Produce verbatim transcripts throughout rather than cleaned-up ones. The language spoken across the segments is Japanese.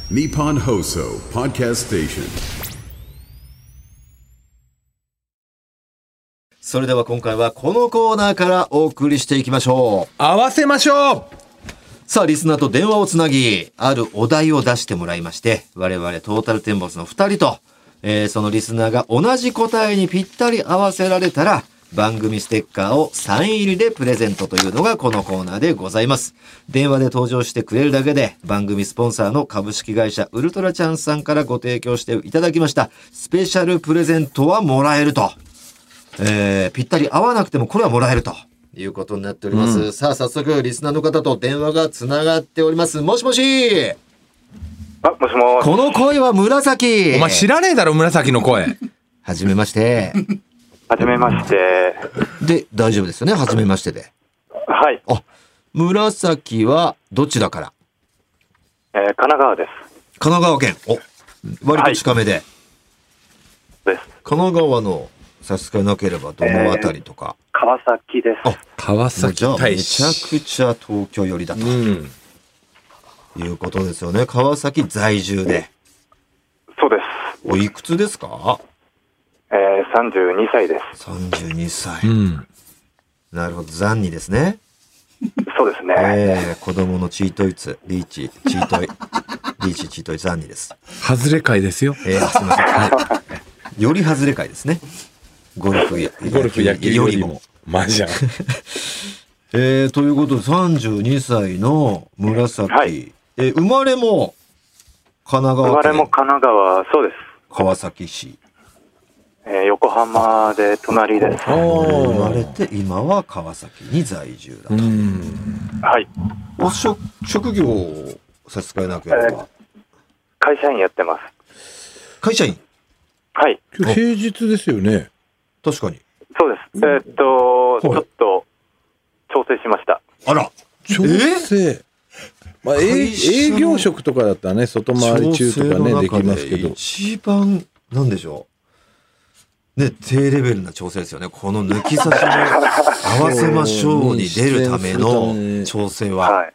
Nippon Hoso Podcast Station。 それでは今回はこのコーナーからお送りしていきましょう。 合わせましょう。 さあリスナーと電話をつなぎ、あるお題を出してもらいまして、我々トータルテンボスのふたりと、えー、そのリスナーが同じ答えにぴったり合わせられたら番組ステッカーをサイン入りでプレゼントというのがこのコーナーでございます。電話で登場してくれるだけで番組スポンサーの株式会社ウルトラチャンスさんからご提供していただきましたスペシャルプレゼントはもらえると、えー、ぴったり合わなくてもこれはもらえるということになっております、うん、さあ早速リスナーの方と電話がつながっております。もしもし。 あ、もしもし。 この声は紫。 お前知らねえだろ紫の声。 はじめましてはじめまして。 で、大丈夫ですよね。はじめましてで。 はい。 あ、紫はどちらから？ えー、神奈川です。 神奈川県。お、割と近めで。 はい、です。 神奈川の差し支えなければどのあたりとか。 えー、川崎です。 あ、 川崎じゃあめちゃくちゃ東京寄りだと、うん、いうことですよね。川崎在住で。 そうです。 おいくつですか？ えー、さんじゅうにさいです。 さんじゅうにさい、 うん、 なるほど、残にですね。 そうですね。 えー、子供のチートイツリーチチートイリーチチートイ残にです。 外れ会ですよ。 えー、すみません、はい、より外れ会ですね。ゴルフやゴルフ野球よりもマジャンえー、ということでさんじゅうにさいの紫、はい、えー、生まれも神奈川県。 生まれも神奈川。そうです。 川崎市。 えー、横浜で隣です。 生まれて今は川崎に在住だと。 はい。 お職職業を差し支えなければ、えー、 会社員やってます。 会社員。 はい。 今日平日ですよね。 確かに。 そうです。えー、っとちょっと調整しました。 あら。 調整。まあ、営業職とかだったらね、外回り中とかねできますけど、 一番なんでしょうね、低レベルな調整ですよね。この抜き差しで合わせましょうに出るための調整は、はい、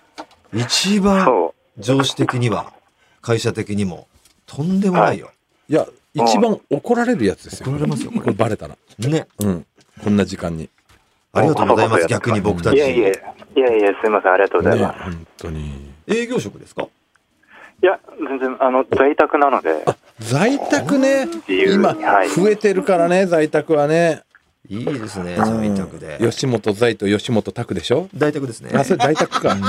一番上司的には会社的にもとんでもないよ、はい、 いや一番怒られるやつですよ。 怒られますよこれ。 これバレたらね、うん、こんな時間に。 ありがとうございます。逆に僕たち。 いやいやいやいや、すいません、ありがとうございます。 ね、本当に。 営業職ですか？ いや、全然あの在宅なので。 あ、在宅ね。今、はい、増えてるからね、在宅はね。 いいですね、在宅で。 吉本在と吉本宅でしょ？ 在宅ですね。 あ、それ在宅か。うん、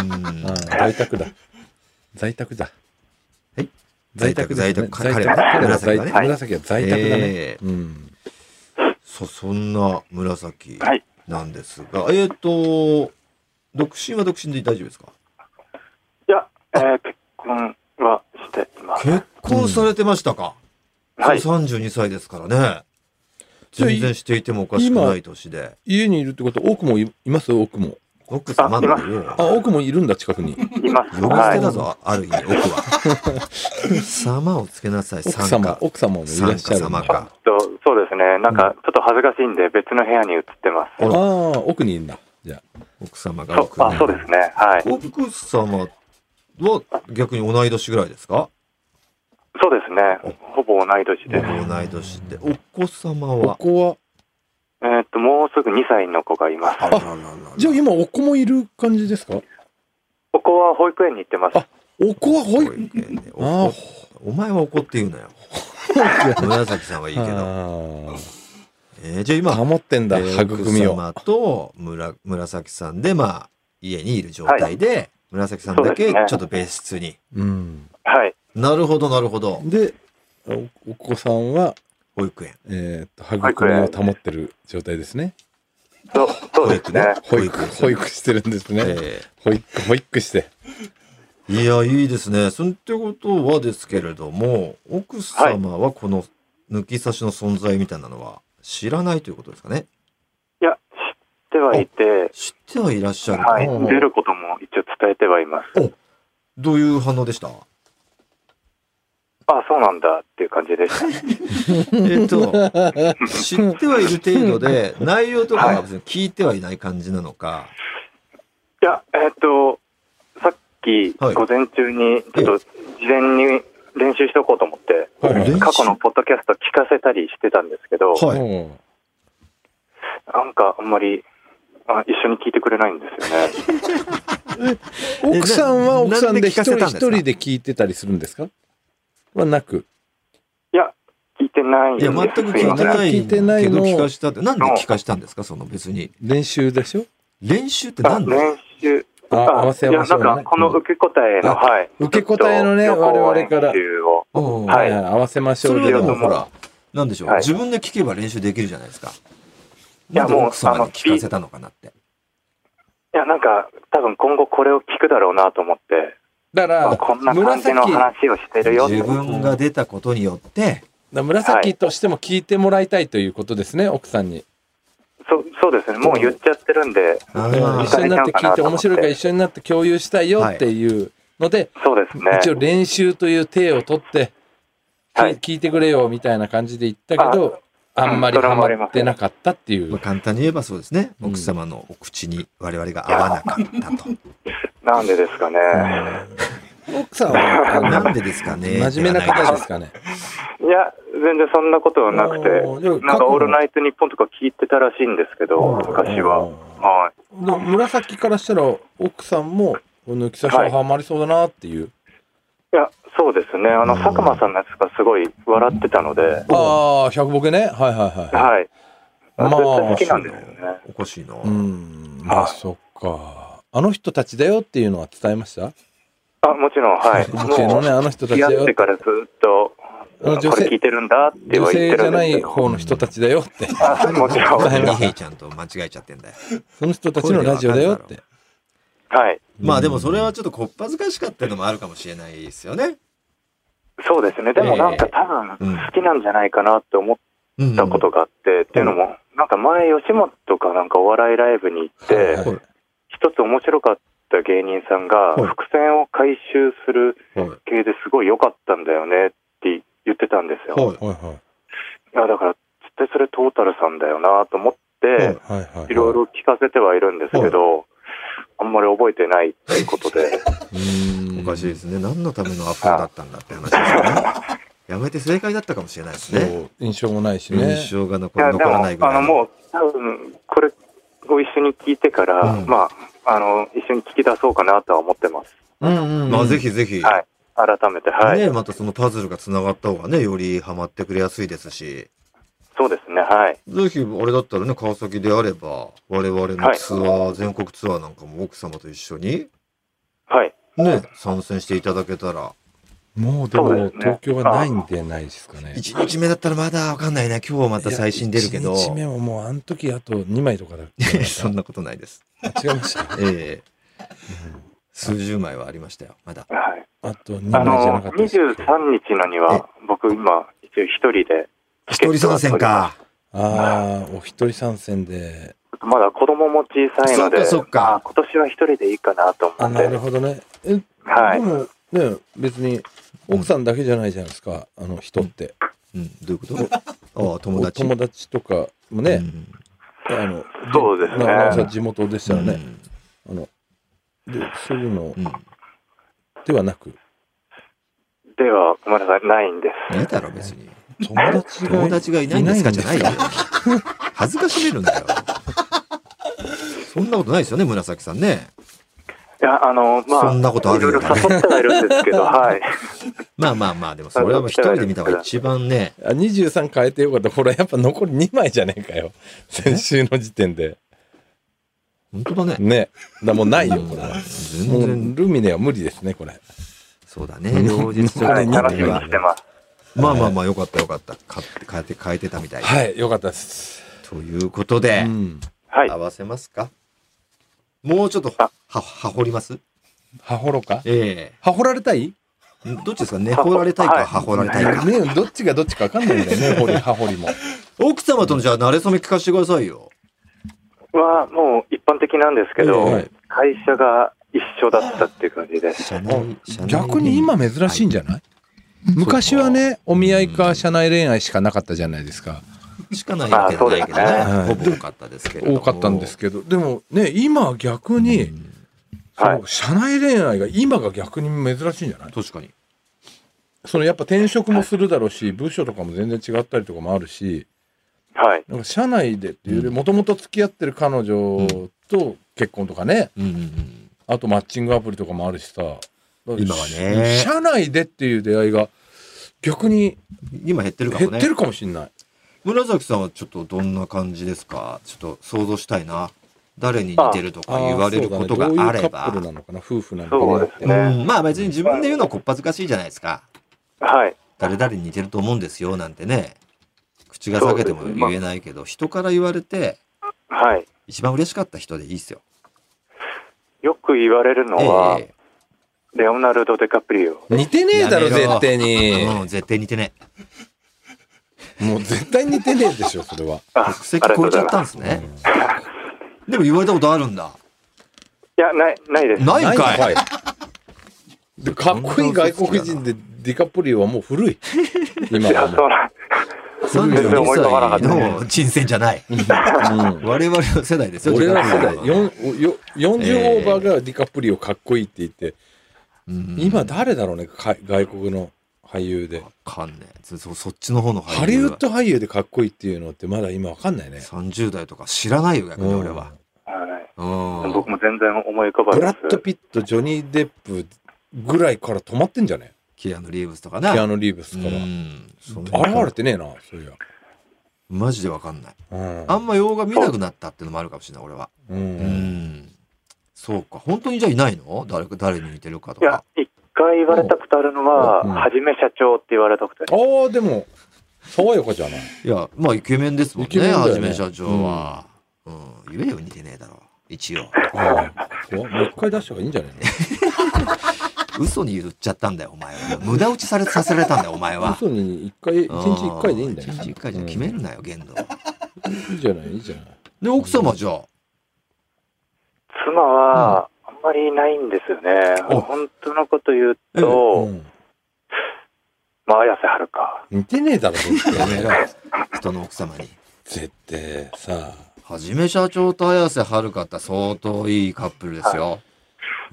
在宅だ。在宅だ。 はい。 在宅在宅。 彼は紫はね。紫は在宅だね。うん。 そそんな紫なんですが、えっと独身は独身で大丈夫ですか？ いや、えー、結婚はしています。 結婚されてましたか？うん、はい。さんじゅうにさいですからね。全然していてもおかしくない年で。 家にいるってことは奥も い, います奥も。 奥様だよ。 あ、奥もいるんだ近くに。 います。 呼び捨てだぞ、はい、ある意味奥は。様をつけなさい。 奥様、奥様もいらっしゃる。 様か。 そうですね。なんかちょっと恥ずかしいんで別の部屋に移ってます。 ああ、奥にいるんだ。じゃあ奥様が奥に。 あ、そうですね。はい。 奥様は逆に同い年ぐらいですか？ そうですね。ほぼ同い年です。 ほぼ同い年で、お子様は？ お子はえー、っともうすぐにさいの子がいます。 あ、じゃあ今お子もいる感じですか？ お子は保育園に行ってます。 あ、お子は保育園で。あ、お前はお子って言うなよ。紫さんはいいけど。えー、じゃあ今保ってんだ、えー、育みを。 奥様と村紫さんでまあ家にいる状態で、はい、紫さんだけちょっと別室に。 うん。 はい。 なるほどなるほど。 で、お, お子さんは保育園。 えっと育みを保ってる状態ですね。 そうそうですね。 保育保育してるんですね。えー、保育保育して。 いやいいですね。そんってことはですけれども、奥様はこの抜き差しの存在みたいなのは知らないということですかね。 いや、知ってはいて、 知ってはいらっしゃる。 はい、出ることも一応伝えてはいます。 お、どういう反応でした？ あ、そうなんだっていう感じでした。 えっと知ってはいる程度で内容とかは別に聞いてはいない感じなのか。はい、 いや、えっとさっき午前中にちょっと事前に習しておこうと思って、 はい過去のポッドキャスト聞かせたりしてたんですけど、 はいうんなんかあんまりあ一緒に聞いてくれないんですよね。 奥さんは奥さんで一人なんで聞かせたんですか一人で聞いてたりするんですかはなく。 いや、聞いてないんです。 いや全く聞いてない聞いてないけどの聞かしたってなんで聞かしたんですかその別に練習でしょ。 練習ってあなんで練習あ合わせましょうねいやなんかこの受け答えの、 うんはい受け答えのねちょっと我々から予行演習をおーはいはい合わせましょそうれでもはでもほらなんでしょう、 はい自分で聞けば練習できるじゃないですか。 いやもうなんで奥様に聞かせたのかなって。 いやなんか多分今後これを聞くだろうなと思ってだからこんな感じの紫話をしてるよって自分が出たことによってだ紫としても聞いてもらいたいということですね、奥さんに。 そそうですねもう言っちゃってるんであうんー一緒になって聞いて面白いから一緒になって共有したいよっていうので、 そうですね一応練習という体を取って、 はい聞いてくれよみたいな感じで言ったけど、あんまりハマってなかったっていう。 まあ、簡単に言えばそうですね、 うん奥様のお口に我々が合わなかったと。 なんでですかね、 奥さんはあのなんでですかね真面目な方ですかね。 いや全然そんなことはなくておーでもなんか「オールナイトニッポン」とか聞いてたらしいんですけど昔はおーはいでも紫からしたら奥さんも抜き差しはハマりそうだなっていう。 いやそうですねあのうん佐久間さんのやつがすごい笑ってたのでああ百ボケね。はいはいはい。 はいまあ絶対好きなんですよねおかしいな。 うんまあそっか。あの人たちだよっていうのは伝えました？ あもちろんはいボケのねあの人たち付きだよ合ってからずっとあの女性これ聞いてるんだって女は言って性じゃないるんですけど方の人たちだよって。 あもちろんはい二平ちゃんと間違えちゃってんだよ。 その人たちのラジオだよって。 はいまあでもそれはちょっとこっぱずかしかったのもあるかもしれないですよね。 そうですねでもなんか多分好きなんじゃないかなって思ったことがあってっていうのもなんか前吉本とかなんかお笑いライブに行ってはいはい一つ面白かった芸人さんがはい伏線を回収するはい系ですごい良かったんだよねって言ってたんですよ。 はいはいはいいやだから絶対それトータルさんだよなと思ってはいはい。 いろいろ聞かせてはいるんですけどあんまり覚えてないっていうことでおかしいですね。何のためのアフロだったんだって話ですよね。やめて正解だったかもしれないですそね。 う印象もないしね。 印象が残いやで残らもないぐらいの。 あのもう多分これを一緒に聞いてから、 うんまああの一緒に聞き出そうかなとは思ってます。 うんうんうん。 まあぜひぜひ、 はい改めてはい、 ね、またそのパズルがつながった方がね、よりハマってくれやすいですし、 そうですねはいぜひあれだったらね、川崎であれば、我々のツアー、全国ツアーなんかも奥様と一緒にはいね、参戦していただけたら、 もうでもそうですね東京はないんじゃないですかね。 いちにちめだったらまだわかんないね。今日また最新出るけど。 いちにちめはもうあの時あとにまいとかだっそんなことないです。 た。違いました。 ええ数十枚はありましたよ、まだ。 はいあとにあまいじゃなかのったですにじゅうさんにちのには僕今一応一人で一人参戦か。 ああ、お一人参戦で。 まだ子供も小さいのでそっかそっかあ今年は一人でいいかなとあ、 思ってなるほどね。え、 はいでもね、別に奥さんだけじゃないじゃないですか、あの人って。 うん、どういうことああ、友達。 友達とかもね、 うんあの、 そうですねななおさん地元でしたらね、 うんあの、で、そういうのうんではなく、 ではごめんなさいないんですいいだろ、別に。 友達が友達がいないんですかじゃないよいんで。 恥ずかしめるんだよ。そんなことないですよね、紫さんね。 いやあのまあそんなことあるよいろいろ誘ってはいるんですけどはいまあまあまあ、でもそれはもう一人で見た方が一番ね。 あにじゅうさん変えてよかった。ほら、やっぱ残りにまいじゃねえかよ。先週の時点で。 本当だね。 ね。だもうないよ、これは。もう全然、 ルミネは無理ですね、これ。 そうだね。両日ちょっとはい楽しみにしてますまあまあまあ、よかったよかった。買って変えて、変えてたみたい。 はい、よかったです。 ということでう、ん。 はい合わせますかもうちょっと、 あは、はほりますはほろかえはほられたいえどっちですか寝ほられたいか、 はいはほられたいか。 ね、どっちがどっちか分かんないんだよね、ほり、はほりも。 奥様とのじゃあ、慣れ初め聞かせてくださいよ。 はもう一般的なんですけど、 はい会社が一緒だったっていう感じです。 社内、社内逆に今珍しいんじゃない、昔はね、お見合いか社内恋愛しかなかったじゃないですか。 しかないわけじゃないけどね。 あそうですねほぼ多かったですけれども。 多かったんですけど、でもね、今逆に、 うんそはいう社内恋愛が今が逆に珍しいんじゃない？ 確かに。 そのやっぱ転職もするだろうし、部署とかも全然違ったりとかもあるし、 はい。 なんか社内でっていうよりもともと付き合ってる彼女と結婚とかね、 うんうんうん、 あとマッチングアプリとかもあるしさ、 今はね社内でっていう出会いが逆に今減ってるかもね。 減ってるかもしれない。 紫さんはちょっとどんな感じですか？ちょっと想像したいな。誰に似てるとか言われることがあれば。 どういうカップルなのかな、夫婦なのかな。 そうですね。 うん、まあ別に自分で言うのはこっぱずかしいじゃないですか。 はい。 誰々に似てると思うんですよなんてね、口が裂けても言えないけど、人から言われて、 はい。 一番嬉しかった人でいいっすよ。 よく言われるのは、えー、レオナルド・デカプリオ。 似てねえだろ絶対に。 うん、絶対似てねえ。もう絶対似てねえでしょそれは。 国籍超えちゃったんですね。でも言われたことあるんだ。 いや、ない、ないです。 ないんかい。 でかっこいい外国人でディカプリオはもう古い。 今はもう。 さんじゅうにさいの人選じゃない。うん、我々の世代ですよ。 俺の世代。よんじゅうオーバーがディカプリオかっこいいって言って、えー、今誰だろうね、外国の俳優で。 わかんねえ。そ, そっちの方の俳優。 ハリウッド俳優でかっこいいっていうのってまだ今わかんないね。 さんじゅう代とか知らないよ、逆に俺は。 うん、うん、僕も全然思い浮かばない。 ブラッド・ピット、ジョニー・デップぐらいから止まってんじゃね？ キアヌ・リーブスとかね。 キアヌ・リーブスから。現れてねえな、そういや。 マジでわかんない、うん。あんま洋画見なくなったっていうのもあるかもしれない、俺は。うん。うんそうか。本当にじゃあいないの？誰誰に似てるかとか。 いや、一回言われたことあるのは、はじめ社長って言われたことある。 ああ、でも、爽やかじゃない。 いや、まあイケメンですもんね、ねはじめ社長は。うん。うん、言えよ、似てねえだろ。一応。 もう一回出した方がいいんじゃないの？ 嘘に言っちゃったんだよ、お前は。無駄打ちされさせられたんだよ、お前は。 嘘に一回、一日一回でいいんだよ。 一日一回じゃ決めるなよ、限度。 いいじゃない、いいじゃない。 で、奥様じゃあ。 妻は、あんまりいないんですよね。うん、本当のこと言うと、うん、まあ、綾瀬はるか。 似てねえだろ、 やめろ。人の奥様に。 絶対さ。 はじめ社長と綾瀬はるかって相当いいカップルですよ。はい、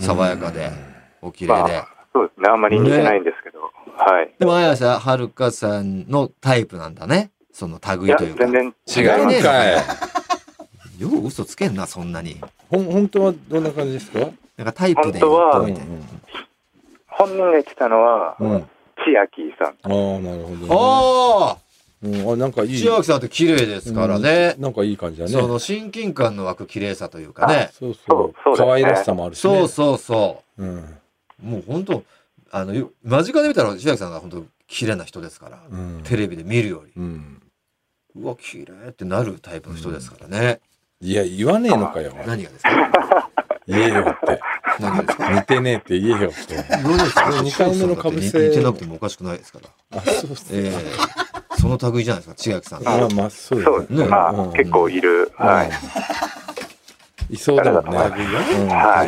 爽やかで。お綺麗で、まあ、 そうですね、あんまり似てないんですけど、はい。 でも綾瀬はるかさんのタイプなんだね、その類というか。 いや全然違うねえかい。 よう嘘つけんな、そんなに。 ほん本当はどんな感じですか？ なんかタイプで言うとみたいな。本人が言ってたのは、うん、千秋さん。 ああ、なるほど、ね。 ああ、 うん、あなんかいい。 千秋さんって綺麗ですからね、 うん。なんかいい感じだね。 その親近感の湧く綺麗さというかね。 そうそう。そう可愛らしさもあるし、ね。 そうそうそう。 うんもう本当あの間近で見たら千秋さんが本当綺麗な人ですから、うん、テレビで見るより、うん、うわ綺麗ってなるタイプの人ですからね、 うん、いや言わねえのかよ。 何がですか？ 言えよって何ですか？ 似てねえって言えよって。にかいめのかぶせ似てなくてもおかしくないですから。 あそうっすね、 えー、その類じゃないですか千秋さん。 あまあそうですね、まあ、うん、結構いる、うん、はいいそうだもんね。 類よね。 はい。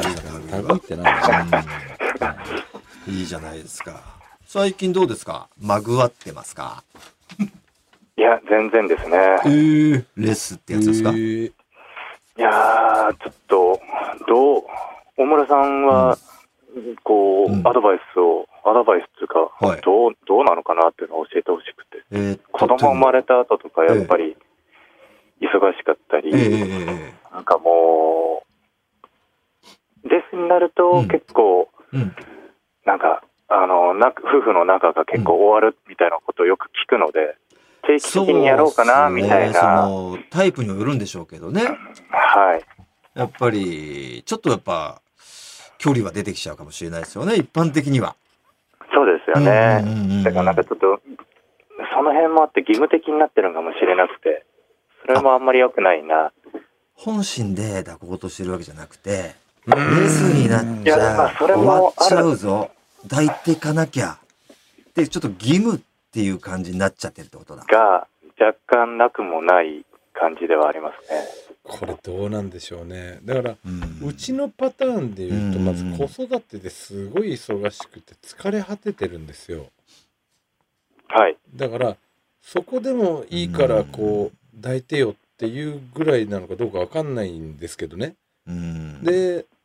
類ってなんだ。 いいじゃないですか。最近どうですか？まぐわってますか？ いや全然ですね。 えー、レスってやつですか？えー、 いやーちょっとどう大村さんは、うん、こう、うん、アドバイスをアドバイスっていうか、はい、どうどうなのかなっていうのを教えてほしくて、えー、子供生まれた後とかやっぱり忙しかったり、えー、なんかもうレスになると結構、うんうんなんかあのな夫婦の仲が結構終わるみたいなことをよく聞くので、定期的にやろうかなみたいな、 そのタイプにもよるんでしょうけどね。 はい。 やっぱりちょっとやっぱ距離は出てきちゃうかもしれないですよね、一般的には。 そうですよね。だからなんかちょっとその辺もあって義務的になってるのかもしれなくて、それもあんまり良くないな。 本心で抱こうとしてるわけじゃなくて。レスになっちゃう、終わっちゃうぞ、抱いていかなきゃでちょっと義務っていう感じになっちゃってるってことだが若干なくもない感じではありますね。 これどうなんでしょうね。だから、うん、うちのパターンでいうとまず子育てですごい忙しくて疲れ果ててるんですよ。 はい。 だからそこでもいいからこう抱いてよっていうぐらいなのかどうかわかんないんですけどね。 うんで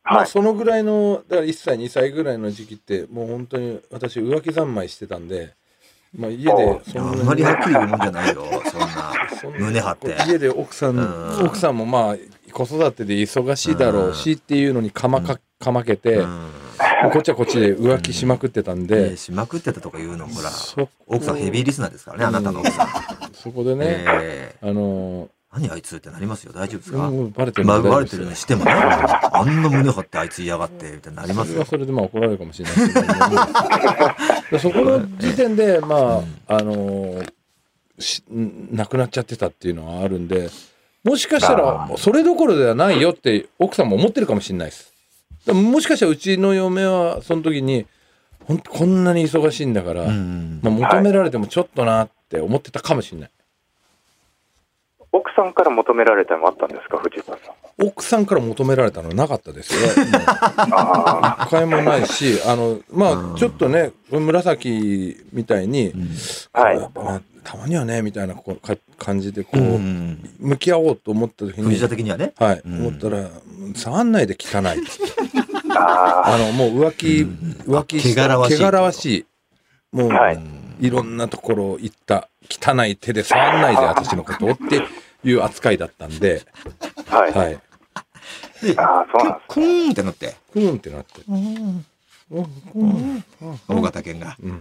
まあそのぐらいのだからいっさいにさいぐらいの時期ってもう本当に私浮気三昧してたんで、まあ、家でそんなあんまりはっきり言うもんじゃないよそんな胸張って家で奥さん、うん、奥さんもまあ子育てで忙しいだろうしっていうのにかまか、かまけて、うん、こっちはこっちで浮気しまくってたんで、うんえー、 しまくってたとか言うのほら奥さんヘビーリスナーですからね、うん、あなたの奥さんそこでね、えー、あのー何あいつってなりますよ。大丈夫ですか？ うん、バレてる、 まあ、バレてるにしてもねあんな胸張ってあいつ嫌がってみたいになりますよ。 それはそれでまあ怒られるかもしれないけどそこの時点でまあ、うん、あのー、し亡くなっちゃってたっていうのはあるんで、もしかしたらそれどころではないよって奥さんも思ってるかもしれないです。もしかしたらうちの嫁はその時にほんこんなに忙しいんだから、うん、まあ、求められてもちょっとなって思ってたかもしれない。 奥さんから求められたのもあったんですか、藤田さん。 奥さんから求められたのはなかったですよ。一回もないし、あのまあちょっとね紫みたいに、うんはい、まあ、たまにはねみたいなこう感じでこう、うん、向き合おうと思った時に藤田的にはね、 はい、うん、思ったら触んないで汚いああのもう浮気、うん、浮気した汚らわしいもう、はい、いろんなところ行った汚い手で触んないで私のことをっていう扱いだったんで、 はい、はい、で、ああ、そうなんですね。 クーンってなって。 クーンってなって。 大型犬が。うん、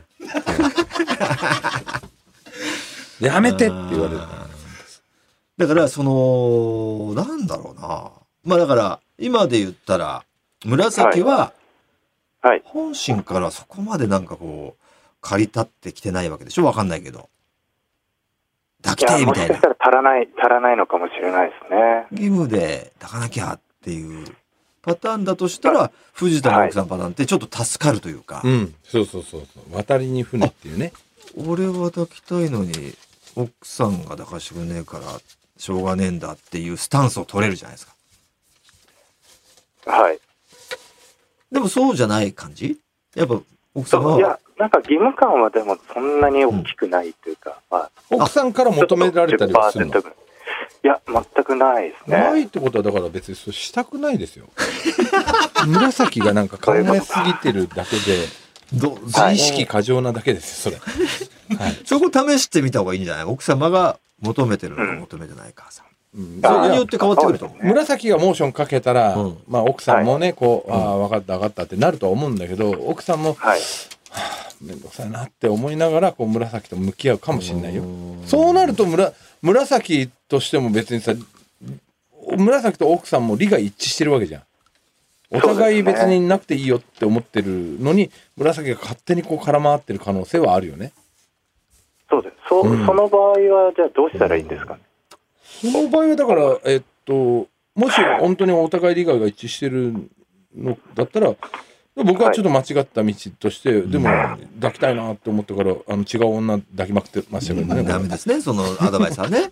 やめてって言われる。 だから、その、なんだろうな。まあだから、今で言ったら、紫は、本心からそこまでなんかこう、駆り立ってきてないわけでしょ？わかんないけど。抱きたいみたいな。 もしかしたら足らない、足らないのかもしれないですね。 義務で抱かなきゃっていうパターンだとしたら、藤田の奥さんパターンってちょっと助かるというか。 はい、うん、そうそうそうそう。渡りに船っていうね。 俺は抱きたいのに、奥さんが抱かしてくれねえから、しょうがねえんだっていうスタンスを取れるじゃないですか。はい。 でもそうじゃない感じ？やっぱ奥さんは。 いや、なんか義務感はでもそんなに大きくないというか、うん、まあ、 奥さんから求められたりはするの？ いや、全くないですね。 ないってことはだから別にそうしたくないですよ。紫がなんか考えすぎてるだけで、ど自意識過剰なだけですよ、それ。はい、 そこ試してみた方がいいんじゃない？奥様が求めてるのか求めてないかさ。うん、それによって変わってくると思う。 紫がモーションかけたら、うん、まあ奥さんもね、こう、はい、ああ、分かった分かったってなるとは思うんだけど、奥さんも、はい、はあ、めんどくさいなって思いながら、こう紫と向き合うかもしれないよ。そうなるとむら紫としても別にさ、紫と奥さんも利が一致してるわけじゃん。お互い別になくていいよって思ってるのに、紫が勝手にこう絡まってる可能性はあるよね。 そうです。そ、うん、その場合はじゃあどうしたらいいんですかね。 その場合はだからえっともし本当にお互い利害が一致してるのだったら、僕はちょっと間違った道として、はい、でも抱きたいなって思ったからあの違う女抱きまくってましたけどね。 ダメですね、そのアドバイスはね。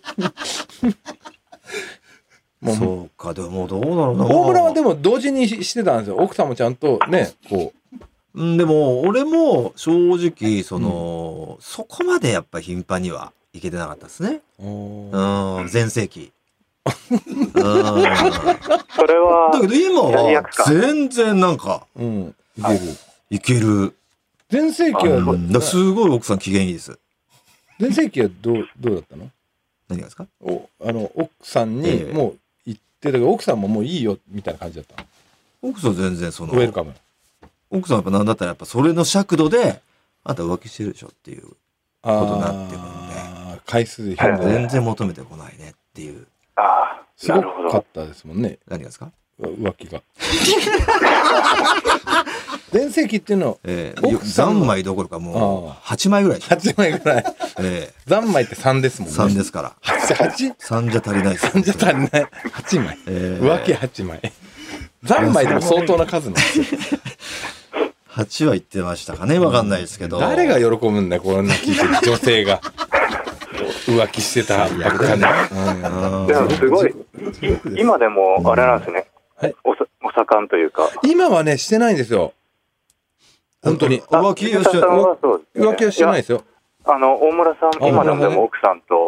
もうそうか、でもどうだろうな。 大村はでも同時にしてたんですよ。奥さんもちゃんとねこう。うん、でも俺も正直その、うん、そこまでやっぱり頻繁にはいけてなかったですね。うん、全盛期。うん、それはだけど今は全然なんか、うん、いける、いける。 全盛期は、 うん、だすごい奥さん機嫌いいです。 全盛期はどうどうだったの？ 何がですか？ おあの奥さんにもう言ってたけど、奥さんももういいよみたいな感じだったの？ 奥さん全然そのウェルカム。 奥さんやっぱ何だったらやっぱそれの尺度であんた浮気してるでしょっていうことになってくるんで、 回数全然求めてこないねっていう。 ああ、 すごかったですもんね。 何がですか？ 浮気が。全盛期っていうのは、 えー、三枚どころかもうはちまいぐらい。 はちまいぐらい。 えー、 三枚ってさんですもんね。 さんですから。 はち？ さんじゃ足りないです。 さんじゃ足りない。はちまい。えー、浮気はちまい。三枚でも相当な数なんですよ。 はちは言ってましたかね、わかんないですけど。 誰が喜ぶんだよ、こんな聞いてる女性が。浮気してたばっかり。 でもすごい、今でもあれなんですね。はい、お, お盛んというか。 今はね、してないんですよ。本当に。 浮気はして浮気はしてないですよ。 あの、大村さん、今でも奥さんと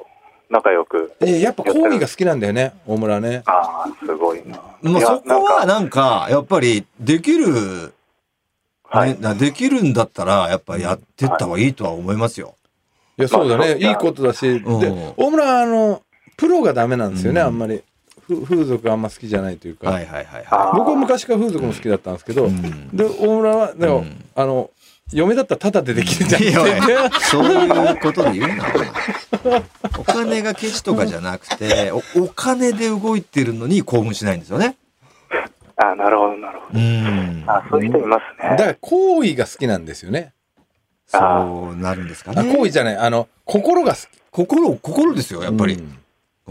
仲良く。 えやっぱ講義が好きなんだよね、大村ね。 ああ、すごいな。 まあ、そこはなんか、やっぱり、できる、はい、ね、できるんだったら、やっぱりやってった方がいいとは思いますよ。 いや、そうだね。いいことだし、うん、で、大村は、あの、プロがダメなんですよね、うん、あんまり。風俗あんま好きじゃないというか。 はいはいはいはい。 僕は昔から風俗も好きだったんですけど、うん、で、大村は、だから、うん、あの、嫁だったらタダでできるじゃん。いやそういうことで言うな。お金がケチとかじゃなくてお、お金で動いてるのに興奮しないんですよね。 あ、なるほどなるほど。うん。あ、そういう人いますね。 だから行為が好きなんですよね。 そうなるんですかね。 行為じゃない、あの心が好き。 心心ですよやっぱり。 うん。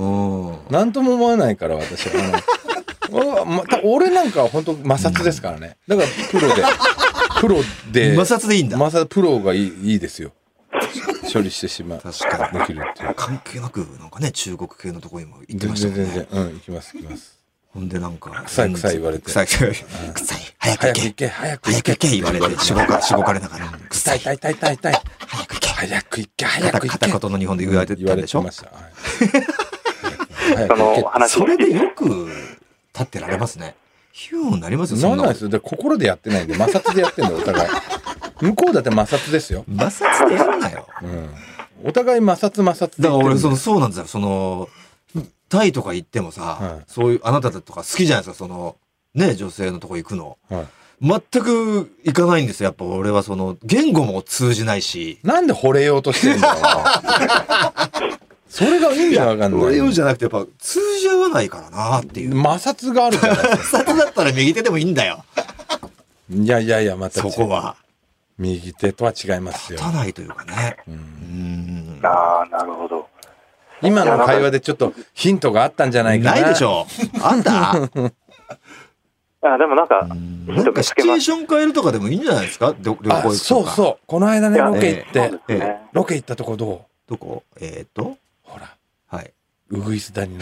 うん、なんとも思わないから私は。ま、俺なんかは本当摩擦ですからね。だからプロで。プロで摩擦でいいんだ。 摩擦プロがいい、いいですよ。処理してしまう。 確かに。 できるっていう。 関係なくなんかね中国系のところにも行ってましたもんね。 全然全然うん行きます行きます。 ほんでなんか臭い臭い言われて。 臭い臭い臭い早く行け早く行け早く行け言われてしごかしごかれながら臭い痛い痛い痛い痛い早く行け早く行け早く行け片言の日本で言われてたでしょ。 言われてました。 その話それでよく立ってられますね。ヒューになりますよ。 なんなんですよ。で心でやってないんで摩擦でやってんだよお互い。向こうだって摩擦ですよ。 摩擦でやるなよ。 うん。お互い摩擦摩擦で。だから俺そのそうなんですよ。そのタイとか行ってもさ、はい、そういうあなたとか好きじゃないですか。そのね女性のとこ行くの、はい、全く行かないんですよ。やっぱ俺はその言語も通じないし。 なんで惚れようとしてるんだろう。それが意味がわかんない。 惚れようじゃなくてやっぱ通じ合わないからなっていう。 摩擦があるから。 摩擦だったら右手でもいいんだよ。 いやいやいやまたそこは右手とは違いますよ。 立たないというかね。 うん。ああなるほど。 今の会話でちょっとヒントがあったんじゃないかな。 ないでしょ。あんた。 あでもなんかなんかシチュエーション変えるとかでもいいんじゃないですか。旅行行くとか。 そうそう。この間ねロケ行って、ええ、ロケ行ったとこどう？ どこ？えっとほらはい。 ウグイス谷の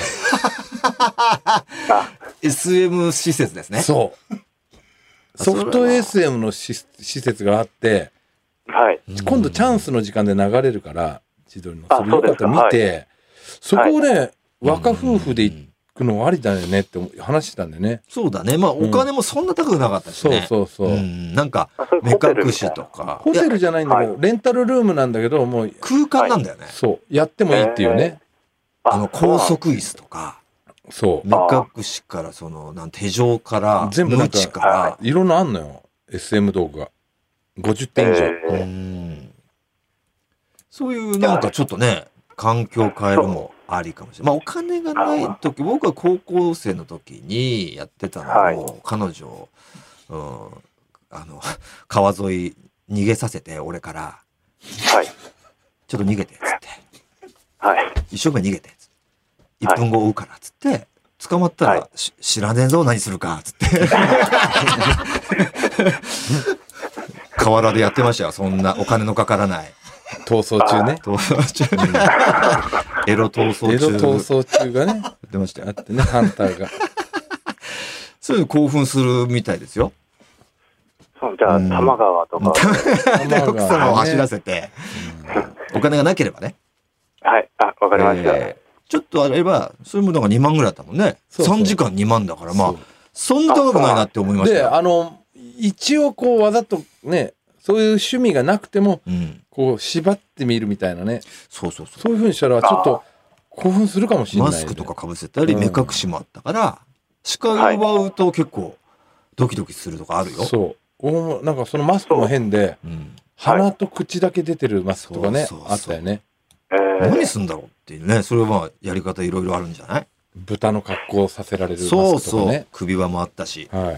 エスエム 施設ですね。 そう。ソフト エスエム の施設があって、 はい、 今度チャンスの時間で流れるから千鳥のそれよかったら見て、はい、そこをね、はい、若夫婦で行くのありだよねって話してたんでね。 そうだね。まあお金もそんな高くなかったしね。 そうそうそう。 うん、なんか目隠しとかホテルじゃないんだけどレンタルルームなんだけどもう空間なんだよね。 そうやってもいいっていうね。 あの高速椅子とか。 そう目隠しからそのなん手錠から全部なんかいろんなあんのよ エスエム 道具がごじゅってん以上、えー、うんそういうなんかちょっとね環境変えるもありかもしれない。まあお金がない時僕は高校生の時にやってたのを、はい、彼女、うん、あの川沿い逃げさせて俺から、 はい、 ちょっと逃げてっつって、 はい、 一生懸命逃げていっぷんご追うからっつって捕まったら、はい、知らねえぞ何するかっつって河原でやってましたよ。そんなお金のかからない逃走中ね。 逃走中エロ逃走中エロ逃走中がねやってましたよ。 あってねハンターがそういう興奮するみたいですよ。 そうじゃあ多摩川とか奥様を走らせて、うん、お金がなければね。 はいあわかりました、 えーちょっとあれば、それもなんかにまんぐらいだったもんね。そうそうさんじかんにまんだから、まあ、そんな高くないなって思いましたよ。 で、あの、一応こう、わざとね、そういう趣味がなくても、うん、こう、縛ってみるみたいなね。そうそうそう。そういうふうにしたら、ちょっと興奮するかもしれない、ね。 マスクとか被せたり、目隠しもあったから、うん、視界を奪うと結構、ドキドキするとかあるよ。 そう。なんかそのマスクも変で、うん、鼻と口だけ出てるマスクとかね、そうそうそうあったよね。 何すんだろうっていうね。それはまあやり方いろいろあるんじゃない？ 豚の格好をさせられるマスクとかね。そうそう首輪もあったし、 はい、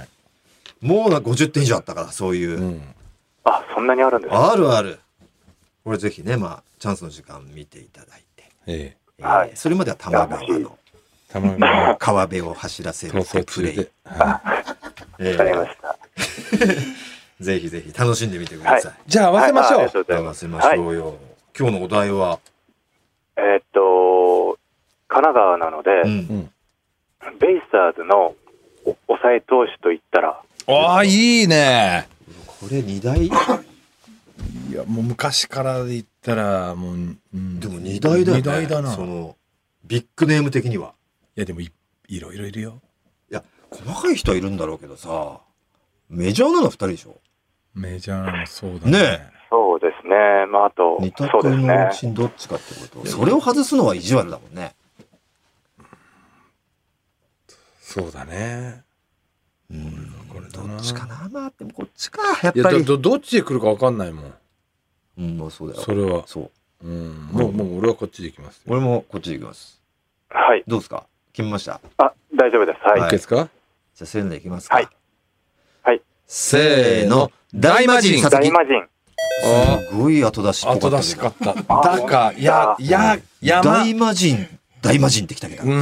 もうごじゅってん以上あったからそういう、うん、 あそんなにあるんですか？ あるある。これぜひねまあチャンスの時間見ていただいて、 ええーはい、それまでは多摩川の多摩川川辺を走らせるプレイ。わ、 はいえー、かりました。 ぜひぜひ楽しんでみてください。はい、 じゃあ合わせましょう。はい、 合わせましょうよ。はい、今日のお題は。 えー、っと神奈川なので、うん、ベイスターズの抑え投手といったらああいいねこれにだいいやもう昔からで言ったらもう、うん、 でもにだいだよね。 にだいだなそのビッグネーム的には。 いやでも い, いろいろいるよ。 いや細かい人はいるんだろうけどさ、メジャーなのふたりでしょ。 メジャーなのそうだね。 ねそうですね。まああと二択のうちにどっちかってこと、それを外すのは意地悪だもんね。 そうだね。 うん、これどっちかな。まあでもこっちかやっぱり。 いや ど, どっちで来るか分かんないもん。 うん、まあそうだよ。 それはそう。 うん、もうもう俺はこっちで行きます。 俺もこっちで行きます。 はい。 どうですか。決めました。 あ、大丈夫です。はい。 いいですか。 じゃあせーのでいきますか。 はい。はい。 せーの。大魔神。 大魔神。 すごい後出しっぽかった。 後出しかった。だかやや山。 大魔神大魔神ってきたけど。うん。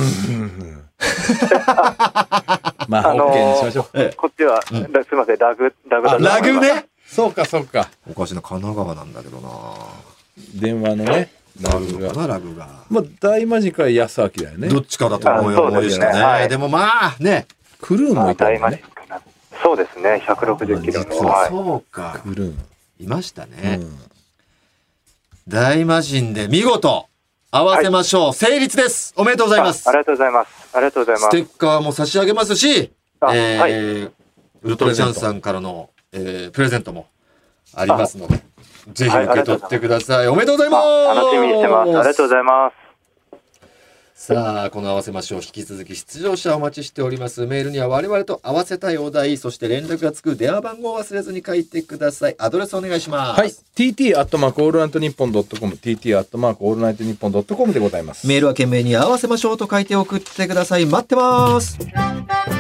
まあ、あのー、OK にしましょう。 ええ、こっちは、うん、すみません、ラグ、ラグだラグね。そうか、そうか。 おかしな神奈川なんだけどな。 電話のね、ラグが。 なラグが。 まあ、大魔神から安明だよね。 どっちかだと思うよ、思いしたね。はい、でもまあ、ね。 クルーンもいたんだね。 そうですね、ひゃくろくじゅっキロの。 はい、そうか。 クルーン。 いましたね。うん、大魔神で見事。合わせましょう、はい、成立です。おめでとうございます。 ありがとうございます。ありがとうございます。 ステッカーも差し上げますし、えーはい、ウルトラチャンスさんからの、えー、プレゼントもありますので、ぜひ受け取ってください。おめでとうございます。 楽しみにしてます。ありがとうございます。 さあ、この合わせましょう、引き続き出場者お待ちしております。メールには我々と合わせたいお題、そして連絡がつく電話番号を忘れずに書いてください。アドレスお願いします。 はい。ティーティー アットマークオールナイトニッポンドットコム、ティーティー アットマークオールナイトニッポンドットコムでございます。 メールは懸命に合わせましょうと書いて送ってください。待ってます。オールナイ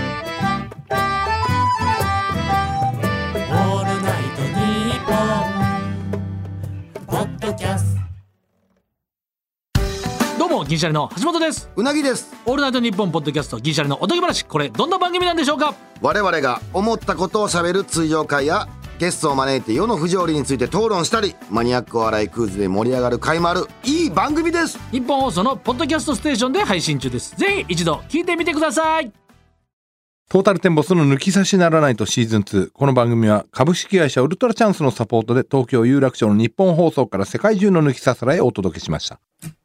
トニッポンポッドキャスト。どうも銀シャリの橋本です。 うなぎです。 オールナイトニッポンポッドキャスト銀シャリのおとぎ話、これどんな番組なんでしょうか。 我々が思ったことをしゃべる通常会やゲストを招いて世の不条理について討論したり、マニアックお笑いクイズで盛り上がる回もあるいい番組です。 日本放送のポッドキャストステーションで配信中です。ぜひ一度聞いてみてください。 トータルテンボスの抜き差しならないとシーズンツー。この番組は株式会社ウルトラチャンスのサポートで東京有楽町の日本放送から世界中の抜き差さらへお届けしました。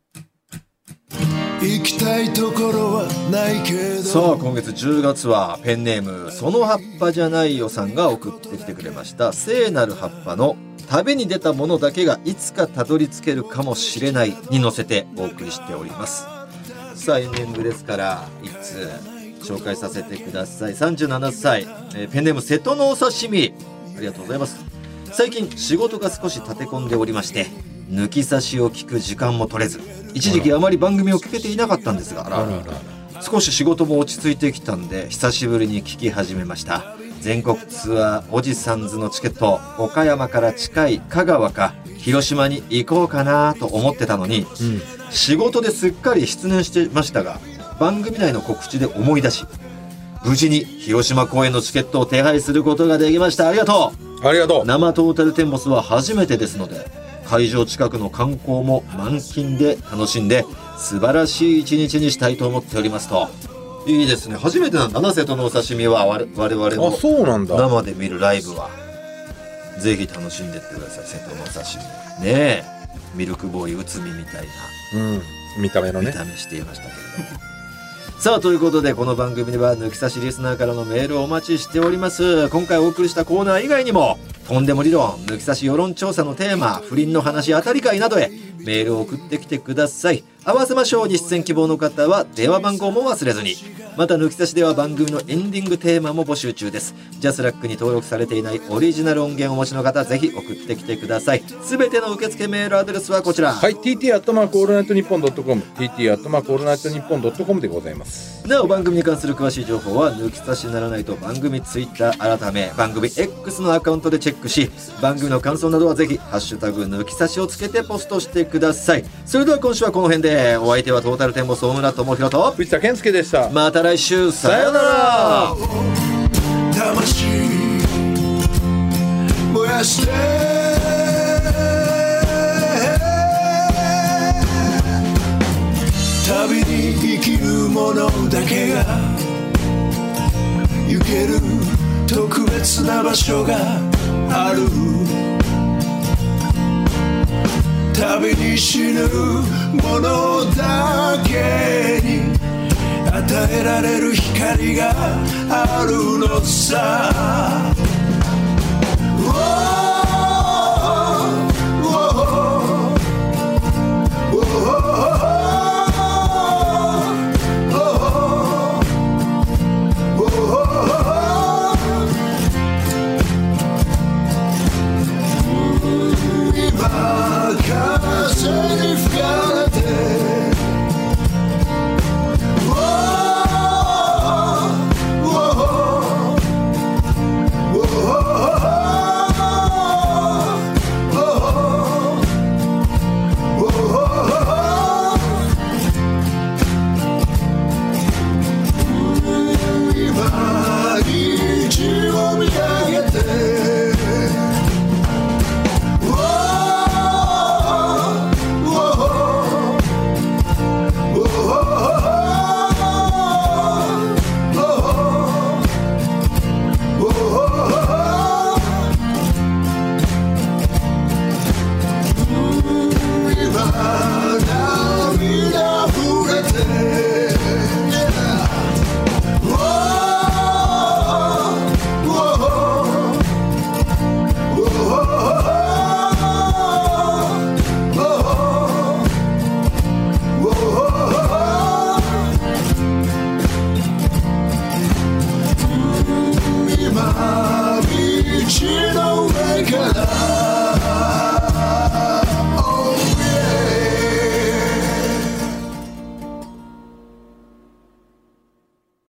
行きたいところはないけど。さあ今月じゅうがつはペンネームその葉っぱじゃないよさんが送ってきてくれました。聖なる葉っぱの旅に出たものだけがいつかたどり着けるかもしれないに乗せてお送りしております。さあエンディングですから一通紹介させてください。さんじゅうななさい、えー、ペンネーム瀬戸のお刺身、ありがとうございます。最近仕事が少し立て込んでおりまして抜き差しを聞く時間も取れず、一時期あまり番組を聞けていなかったんですが、あらあらあら少し仕事も落ち着いてきたんで久しぶりに聞き始めました。全国ツアーおじさんずのチケット、岡山から近い香川か広島に行こうかなと思ってたのに、うん、仕事ですっかり失念してましたが番組内の告知で思い出し、無事に広島公演のチケットを手配することができました。ありがとう。ありがとう。 生トータルテンボスは初めてですので会場近くの観光も満勤で楽しんで素晴らしい一日にしたいと思っておりますと。いいですね。初めてなんだな瀬戸のお刺身は。我々も生で見るライブはぜひ楽しんでってください。瀬戸のお刺身ねえ、ミルクボーイ内海みたいな、 うん、見た目のね見た目していましたけれどもさあということでこの番組では抜き差しリスナーからのメールをお待ちしております。今回お送りしたコーナー以外にもとんでも理論、抜き差し世論調査のテーマ、不倫の話、当たり会などへメールを送ってきてください。合わせましょうに出演希望の方は電話番号も忘れずに。また抜き差しでは番組のエンディングテーマも募集中です。ジャスラックに登録されていないオリジナル音源をお持ちの方ぜひ送ってきてください。すべての受付メールアドレスはこちら。 はい、ティーティー アットマークオールナイトニッポンドットコム、ティーティー アットマークオールナイトニッポンドットコムでございます。 なお番組に関する詳しい情報は抜き差しならないと番組ツイッター改め番組 X のアカウントでチェックし、番組の感想などはぜひハッシュタグ抜き差しをつけてポストしてください。それでは今週はこの辺で。お相手はトータルテンボス大村智広と藤田健介でした。 また来週、さようなら。 魂燃やして旅に生きる者だけが行ける特別な場所がある。旅度に死ぬものだけに与えられる光があるのさ。